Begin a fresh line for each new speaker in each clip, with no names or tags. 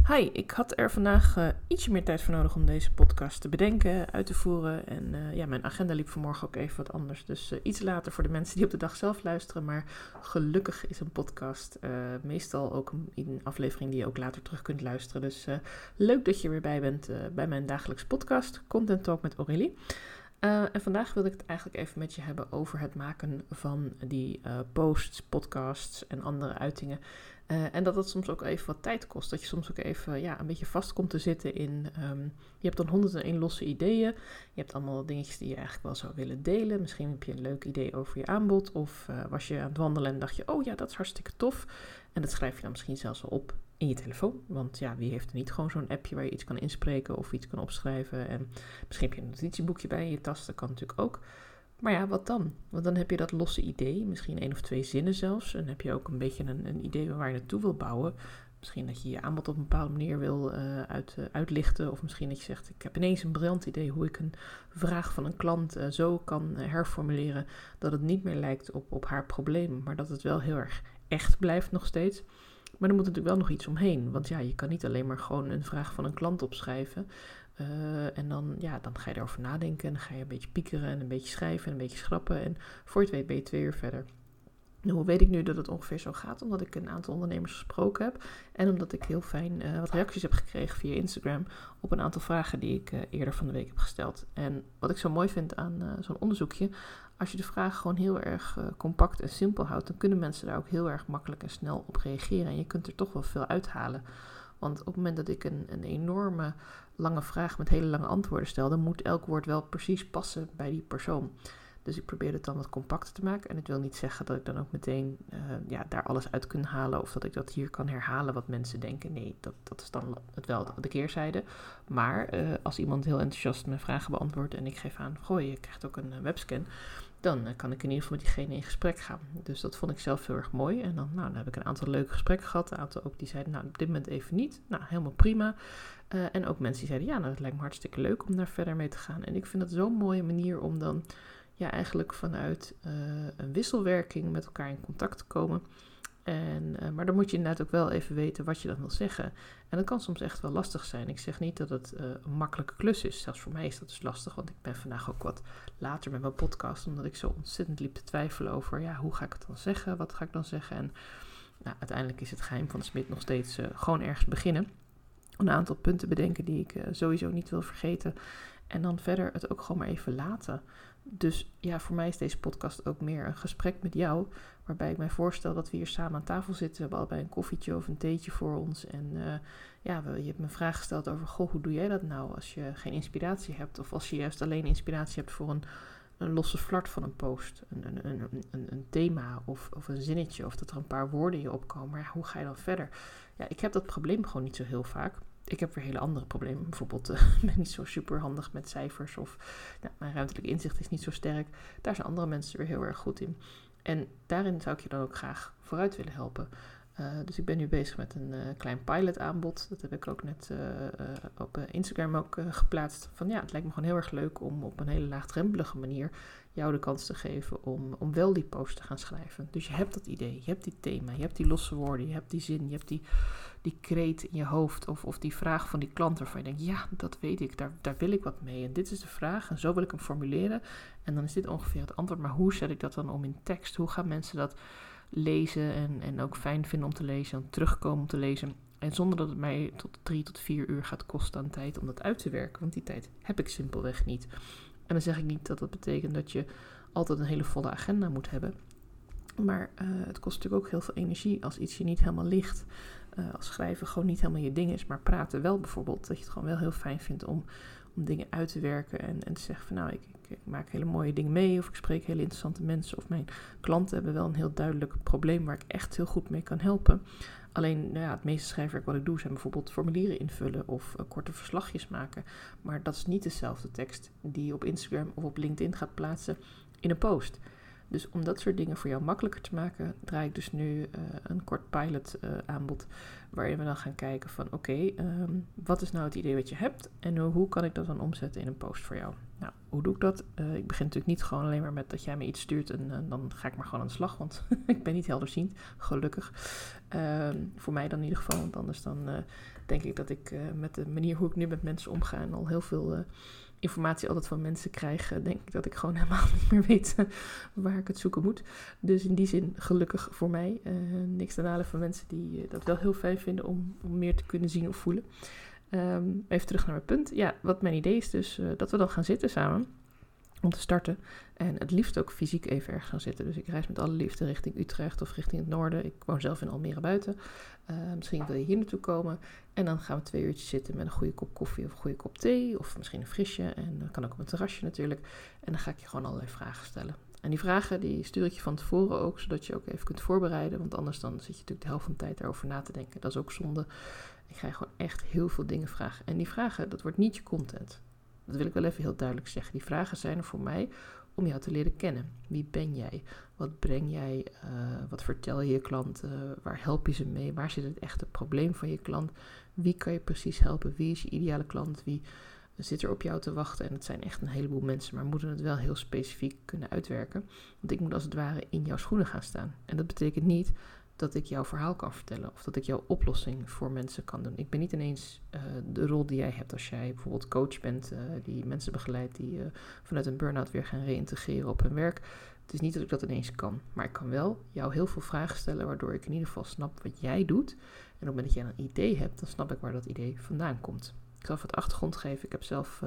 Hi, ik had er vandaag ietsje meer tijd voor nodig om deze podcast te bedenken, uit te voeren. En mijn agenda liep vanmorgen ook even wat anders. Dus iets later voor de mensen die op de dag zelf luisteren. Maar gelukkig is een podcast meestal ook een aflevering die je ook later terug kunt luisteren. Dus leuk dat je weer bij bent bij mijn dagelijkse podcast, Content Talk met Aurélie. En vandaag wilde ik het eigenlijk even met je hebben over het maken van die posts, podcasts en andere uitingen. En dat het soms ook even wat tijd kost. Dat je soms ook even een beetje vast komt te zitten in... je hebt dan 101 losse ideeën. Je hebt allemaal dingetjes die je eigenlijk wel zou willen delen. Misschien heb je een leuk idee over je aanbod. Of was je aan het wandelen en dacht je... oh ja, dat is hartstikke tof. En dat schrijf je dan misschien zelfs al op in je telefoon. Want ja, wie heeft er niet gewoon zo'n appje waar je iets kan inspreken of iets kan opschrijven. En misschien heb je een notitieboekje bij in je tas. Dat kan natuurlijk ook. Maar ja, wat dan? Want dan heb je dat losse idee, misschien 1 of 2 zinnen zelfs. En heb je ook een beetje een idee waar je naartoe wil bouwen. Misschien dat je je aanbod op een bepaalde manier wil uitlichten. Of misschien dat je zegt, ik heb ineens een briljant idee hoe ik een vraag van een klant zo kan herformuleren. Dat het niet meer lijkt op haar probleem, maar dat het wel heel erg echt blijft nog steeds. Maar er moet natuurlijk wel nog iets omheen. Want ja, je kan niet alleen maar gewoon een vraag van een klant opschrijven. En dan ga je erover nadenken en dan ga je een beetje piekeren en een beetje schrijven en een beetje schrappen. En voor je het weet ben je 2 uur verder. Nou, hoe weet ik nu dat het ongeveer zo gaat? Omdat ik een aantal ondernemers gesproken heb. En omdat ik heel fijn wat reacties heb gekregen via Instagram op een aantal vragen die ik eerder van de week heb gesteld. En wat ik zo mooi vind aan zo'n onderzoekje, als je de vraag gewoon heel erg compact en simpel houdt, dan kunnen mensen daar ook heel erg makkelijk en snel op reageren. En je kunt er toch wel veel uithalen. Want op het moment dat ik een enorme lange vraag met hele lange antwoorden stel, dan moet elk woord wel precies passen bij die persoon. Dus ik probeer het dan wat compacter te maken. En het wil niet zeggen dat ik dan ook meteen daar alles uit kan halen. Of dat ik dat hier kan herhalen wat mensen denken. Nee, dat is dan wel de keerzijde. Maar als iemand heel enthousiast mijn vragen beantwoordt en ik geef aan, goh, je krijgt ook een webscan, dan kan ik in ieder geval met diegene in gesprek gaan. Dus dat vond ik zelf heel erg mooi. En dan heb ik een aantal leuke gesprekken gehad. Een aantal ook die zeiden, op dit moment even niet. Nou, helemaal prima. En ook mensen die zeiden, het lijkt me hartstikke leuk om daar verder mee te gaan. En ik vind dat zo'n mooie manier om dan eigenlijk vanuit een wisselwerking met elkaar in contact te komen. Maar dan moet je inderdaad ook wel even weten wat je dan wil zeggen. En dat kan soms echt wel lastig zijn. Ik zeg niet dat het een makkelijke klus is. Zelfs voor mij is dat dus lastig, want ik ben vandaag ook wat later met mijn podcast, omdat ik zo ontzettend liep te twijfelen over, hoe ga ik het dan zeggen? Wat ga ik dan zeggen? En uiteindelijk is het geheim van de smid nog steeds gewoon ergens beginnen. Een aantal punten bedenken die ik sowieso niet wil vergeten. En dan verder het ook gewoon maar even laten. Dus voor mij is deze podcast ook meer een gesprek met jou, waarbij ik mij voorstel dat we hier samen aan tafel zitten. We hebben allebei een koffietje of een theetje voor ons. En je hebt me een vraag gesteld over, hoe doe jij dat nou als je geen inspiratie hebt? Of als je juist alleen inspiratie hebt voor een losse flart van een post, een thema of een zinnetje, of dat er een paar woorden in je opkomen. Maar hoe ga je dan verder? Ik heb dat probleem gewoon niet zo heel vaak. Ik heb weer hele andere problemen. Bijvoorbeeld, ik ben niet zo super handig met cijfers of mijn ruimtelijk inzicht is niet zo sterk. Daar zijn andere mensen weer heel erg goed in. En daarin zou ik je dan ook graag vooruit willen helpen. Dus ik ben nu bezig met een klein pilot aanbod. Dat heb ik ook net op Instagram ook geplaatst. Van het lijkt me gewoon heel erg leuk om op een hele laagdrempelige manier jou de kans te geven om wel die post te gaan schrijven. Dus je hebt dat idee, je hebt die thema, je hebt die losse woorden, je hebt die zin, je hebt die kreet in je hoofd of die vraag van die klant waarvan je denkt, dat weet ik, daar wil ik wat mee. En dit is de vraag en zo wil ik hem formuleren. En dan is dit ongeveer het antwoord. Maar hoe zet ik dat dan om in tekst? Hoe gaan mensen dat lezen en ook fijn vinden om te lezen en terugkomen om te lezen? En zonder dat het mij tot 3 tot 4 uur gaat kosten aan tijd om dat uit te werken. Want die tijd heb ik simpelweg niet. En dan zeg ik niet dat dat betekent dat je altijd een hele volle agenda moet hebben. Maar het kost natuurlijk ook heel veel energie als iets je niet helemaal ligt. Als schrijven gewoon niet helemaal je ding is, maar praten wel bijvoorbeeld. Dat je het gewoon wel heel fijn vindt om dingen uit te werken en te zeggen van ik maak hele mooie dingen mee of ik spreek hele interessante mensen of mijn klanten hebben wel een heel duidelijk probleem waar ik echt heel goed mee kan helpen. Alleen het meeste schrijfwerk wat ik doe zijn bijvoorbeeld formulieren invullen of korte verslagjes maken. Maar dat is niet dezelfde tekst die je op Instagram of op LinkedIn gaat plaatsen in een post. Dus om dat soort dingen voor jou makkelijker te maken, draai ik dus nu een kort pilot aanbod. Waarin we dan gaan kijken van oké, wat is nou het idee wat je hebt en hoe kan ik dat dan omzetten in een post voor jou? Nou, hoe doe ik dat? Ik begin natuurlijk niet gewoon alleen maar met dat jij me iets stuurt en dan ga ik maar gewoon aan de slag, want ik ben niet helderziend, gelukkig. Voor mij dan in ieder geval, want anders dan denk ik dat ik met de manier hoe ik nu met mensen omga en al heel veel informatie altijd van mensen krijg, denk ik dat ik gewoon helemaal niet meer weet waar ik het zoeken moet. Dus in die zin gelukkig voor mij. Niks ten nadele van mensen die dat wel heel fijn vinden om meer te kunnen zien of voelen. Even terug naar mijn punt. Ja, wat mijn idee is dus dat we dan gaan zitten samen om te starten. En het liefst ook fysiek even ergens gaan zitten. Dus ik reis met alle liefde richting Utrecht of richting het noorden. Ik woon zelf in Almere buiten. Misschien wil je hier naartoe komen. En dan gaan we 2 uurtjes zitten met een goede kop koffie of een goede kop thee. Of misschien een frisje. En dat kan ook op een terrasje natuurlijk. En dan ga ik je gewoon allerlei vragen stellen. En die vragen die stuur ik je van tevoren ook, zodat je ook even kunt voorbereiden. Want anders dan zit je natuurlijk de helft van de tijd daarover na te denken. Dat is ook zonde. Ik ga je gewoon echt heel veel dingen vragen. En die vragen, dat wordt niet je content. Dat wil ik wel even heel duidelijk zeggen. Die vragen zijn er voor mij om jou te leren kennen. Wie ben jij? Wat breng jij? Wat vertel je je klant? Waar help je ze mee? Waar zit het echte probleem van je klant? Wie kan je precies helpen? Wie is je ideale klant? Wie zit er op jou te wachten? En het zijn echt een heleboel mensen, maar moeten het wel heel specifiek kunnen uitwerken. Want ik moet als het ware in jouw schoenen gaan staan. En dat betekent niet dat ik jouw verhaal kan vertellen of dat ik jouw oplossing voor mensen kan doen. Ik ben niet ineens de rol die jij hebt als jij bijvoorbeeld coach bent, die mensen begeleidt die vanuit een burn-out weer gaan reïntegreren op hun werk. Het is niet dat ik dat ineens kan, maar ik kan wel jou heel veel vragen stellen, waardoor ik in ieder geval snap wat jij doet. En op het moment dat jij een idee hebt, dan snap ik waar dat idee vandaan komt. Ik zal wat achtergrond geven. Ik heb zelf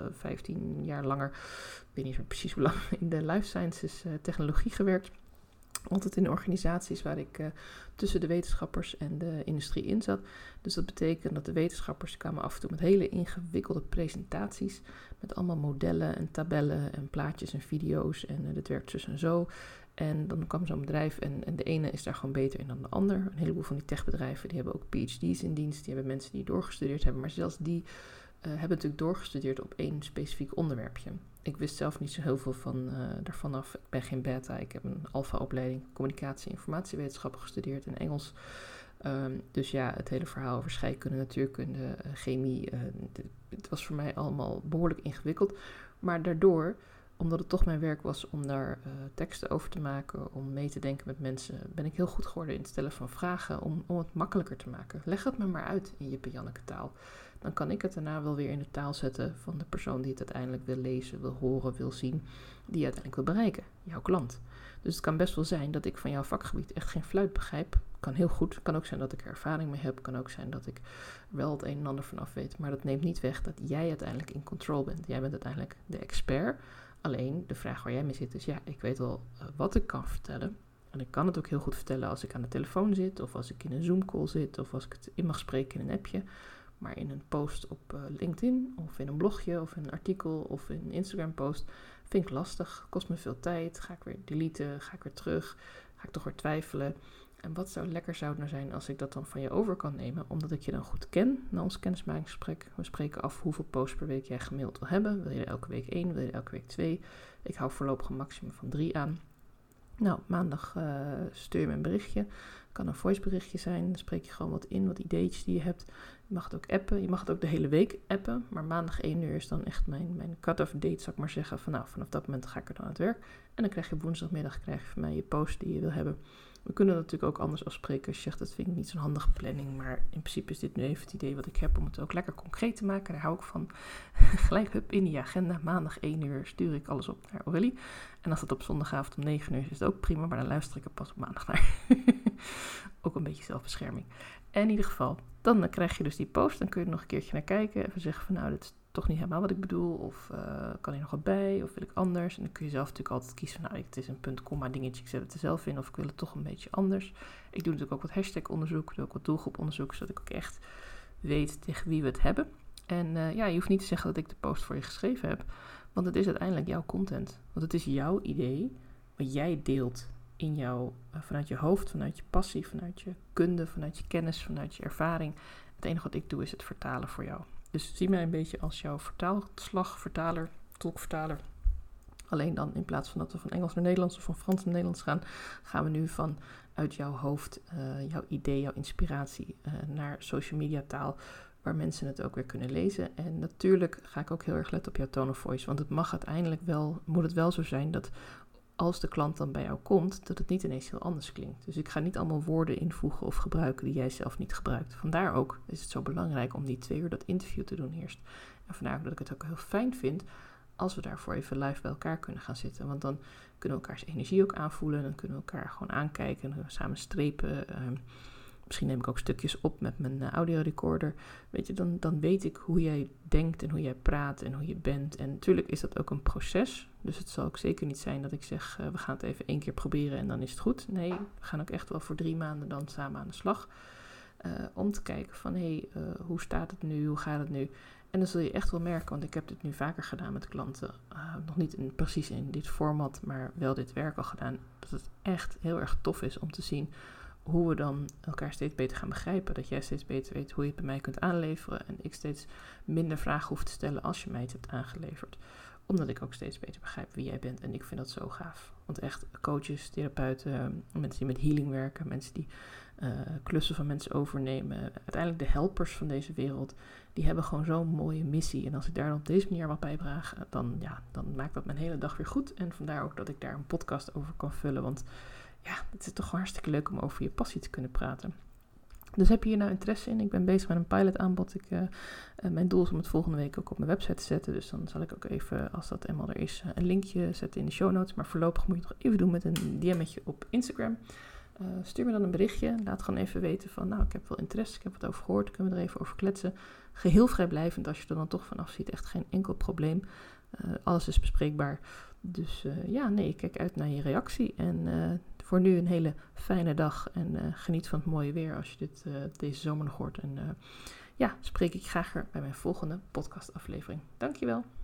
15 jaar langer, ik weet niet meer precies hoe lang, in de life sciences technologie gewerkt. Altijd in organisaties waar ik tussen de wetenschappers en de industrie in zat. Dus dat betekent dat de wetenschappers kwamen af en toe met hele ingewikkelde presentaties. Met allemaal modellen en tabellen en plaatjes en video's. En dit werkt zus en zo. En dan kwam zo'n bedrijf en de ene is daar gewoon beter in dan de ander. Een heleboel van die techbedrijven die hebben ook PhD's in dienst. Die hebben mensen die doorgestudeerd hebben. Maar zelfs die hebben natuurlijk doorgestudeerd op één specifiek onderwerpje. Ik wist zelf niet zo heel veel daarvan af. Ik ben geen beta. Ik heb een alfa-opleiding communicatie en informatiewetenschappen gestudeerd in Engels. Dus ja, het hele verhaal over scheikunde, natuurkunde, chemie. Het was voor mij allemaal behoorlijk ingewikkeld. Maar daardoor, omdat het toch mijn werk was om daar teksten over te maken, om mee te denken met mensen, ben ik heel goed geworden in het stellen van vragen om het makkelijker te maken. Leg het me maar uit in Jip en Janneke taal. Dan kan ik het daarna wel weer in de taal zetten van de persoon die het uiteindelijk wil lezen, wil horen, wil zien, die je uiteindelijk wil bereiken, jouw klant. Dus het kan best wel zijn dat ik van jouw vakgebied echt geen fluit begrijp. Kan heel goed, kan ook zijn dat ik er ervaring mee heb, kan ook zijn dat ik wel het een en ander vanaf weet, maar dat neemt niet weg dat jij uiteindelijk in control bent. Jij bent uiteindelijk de expert. Alleen de vraag waar jij mee zit is, ja, ik weet wel wat ik kan vertellen. En ik kan het ook heel goed vertellen als ik aan de telefoon zit, of als ik in een Zoom-call zit, of als ik het in mag spreken in een appje. Maar in een post op LinkedIn, of in een blogje, of in een artikel, of in een Instagram-post, vind ik lastig. Kost me veel tijd. Ga ik weer deleten, ga ik weer terug, ga ik toch weer twijfelen. En wat zou het nou zijn als ik dat dan van je over kan nemen, omdat ik je dan goed ken na ons kennismakingsgesprek. We spreken af hoeveel posts per week jij gemiddeld wil hebben. Wil je er elke week 1, wil je er elke week 2? Ik hou voorlopig een maximum van 3 aan. Nou, maandag stuur je me een berichtje. Kan een voiceberichtje zijn. Dan spreek je gewoon wat in, wat ideetjes die je hebt. Je mag het ook appen. Je mag het ook de hele week appen. Maar maandag 1 uur is dan echt mijn cut-off date, zou ik maar zeggen. Vanaf dat moment ga ik er dan aan het werk. En dan krijg je op woensdagmiddag van mij je post die je wil hebben. We kunnen dat natuurlijk ook anders afspreken. Als je zegt, dat vind ik niet zo'n handige planning. Maar in principe is dit nu even het idee wat ik heb om het ook lekker concreet te maken. Daar hou ik van. Gelijk hup in die agenda. Maandag 1 uur stuur ik alles op naar Aurélie. En als dat op zondagavond om 9 uur is, is het ook prima. Maar dan luister ik er pas op maandag naar. Ook een beetje zelfbescherming. En in ieder geval, dan krijg je dus die post. Dan kun je er nog een keertje naar kijken. Even zeggen van, nou, dit is toch niet helemaal wat ik bedoel. Of kan hier nog wat bij? Of wil ik anders? En dan kun je zelf natuurlijk altijd kiezen van, nou, het is een punt, komma dingetje. Ik zet het er zelf in. Of ik wil het toch een beetje anders. Ik doe natuurlijk ook wat hashtag-onderzoek. Ik doe ook wat doelgroeponderzoek. Zodat ik ook echt weet tegen wie we het hebben. En je hoeft niet te zeggen dat ik de post voor je geschreven heb. Want het is uiteindelijk jouw content. Want het is jouw idee wat jij deelt in jou, vanuit je hoofd, vanuit je passie, vanuit je kunde, vanuit je kennis, vanuit je ervaring. Het enige wat ik doe is het vertalen voor jou. Dus zie mij een beetje als jouw vertaalslag, vertaler, tolkvertaler, Alleen dan in plaats van dat we van Engels naar Nederlands of van Frans naar Nederlands gaan we nu vanuit jouw hoofd, jouw idee, jouw inspiratie naar social media taal, waar mensen het ook weer kunnen lezen. En natuurlijk ga ik ook heel erg letten op jouw tone of voice, want het mag uiteindelijk moet het wel zo zijn dat als de klant dan bij jou komt, dat het niet ineens heel anders klinkt. Dus ik ga niet allemaal woorden invoegen of gebruiken die jij zelf niet gebruikt. Vandaar ook is het zo belangrijk om die 2 uur dat interview te doen eerst. En vandaar ook dat ik het ook heel fijn vind als we daarvoor even live bij elkaar kunnen gaan zitten. Want dan kunnen we elkaars energie ook aanvoelen. Dan kunnen we elkaar gewoon aankijken en samen strepen. Misschien neem ik ook stukjes op met mijn audiorecorder. Weet je, dan weet ik hoe jij denkt en hoe jij praat en hoe je bent. En natuurlijk is dat ook een proces. Dus het zal ook zeker niet zijn dat ik zeg, we gaan het even 1 keer proberen en dan is het goed. Nee, we gaan ook echt wel voor 3 maanden dan samen aan de slag. Om te kijken van, hoe staat het nu, hoe gaat het nu? En dan zul je echt wel merken, want ik heb dit nu vaker gedaan met klanten. Nog niet precies in dit format, maar wel dit werk al gedaan. Dat het echt heel erg tof is om te zien hoe we dan elkaar steeds beter gaan begrijpen. Dat jij steeds beter weet hoe je het bij mij kunt aanleveren. En ik steeds minder vragen hoef te stellen als je mij het hebt aangeleverd. Omdat ik ook steeds beter begrijp wie jij bent. En ik vind dat zo gaaf. Want echt coaches, therapeuten, mensen die met healing werken, mensen die klussen van mensen overnemen. Uiteindelijk de helpers van deze wereld. Die hebben gewoon zo'n mooie missie. En als ik daar dan op deze manier wat bijdraag, dan maakt dat mijn hele dag weer goed. En vandaar ook dat ik daar een podcast over kan vullen. Want ja, het is toch hartstikke leuk om over je passie te kunnen praten. Dus heb je hier nou interesse in? Ik ben bezig met een pilot aanbod. Mijn doel is om het volgende week ook op mijn website te zetten. Dus dan zal ik ook even, als dat eenmaal er is, een linkje zetten in de show notes. Maar voorlopig moet je het nog even doen met een DM'tje op Instagram. Stuur me dan een berichtje. Laat gewoon even weten van, ik heb wel interesse. Ik heb wat over gehoord. Kunnen we er even over kletsen. Geheel vrijblijvend als je er dan toch vanaf ziet. Echt geen enkel probleem. Alles is bespreekbaar. Dus ik kijk uit naar je reactie. En voor nu een hele fijne dag. En geniet van het mooie weer als je deze zomer nog hoort. En spreek ik graag weer bij mijn volgende podcastaflevering. Dankjewel.